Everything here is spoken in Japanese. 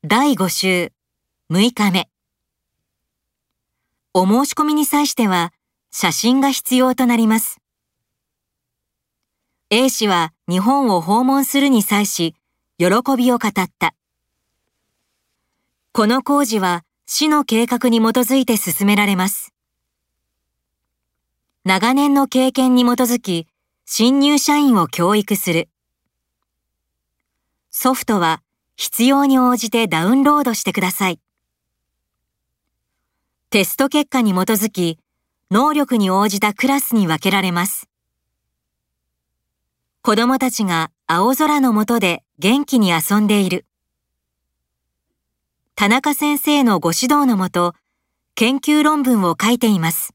第5週6日目。お申し込みに際しては写真が必要となります。A 氏は日本を訪問するに際し、喜びを語った。この工事は市の計画に基づいて進められます。長年の経験に基づき、新入社員を教育する。ソフトは必要に応じてダウンロードしてください。テスト結果に基づき、能力に応じたクラスに分けられます。子供たちが青空の下で元気に遊んでいる。田中先生のご指導のもと、研究論文を書いています。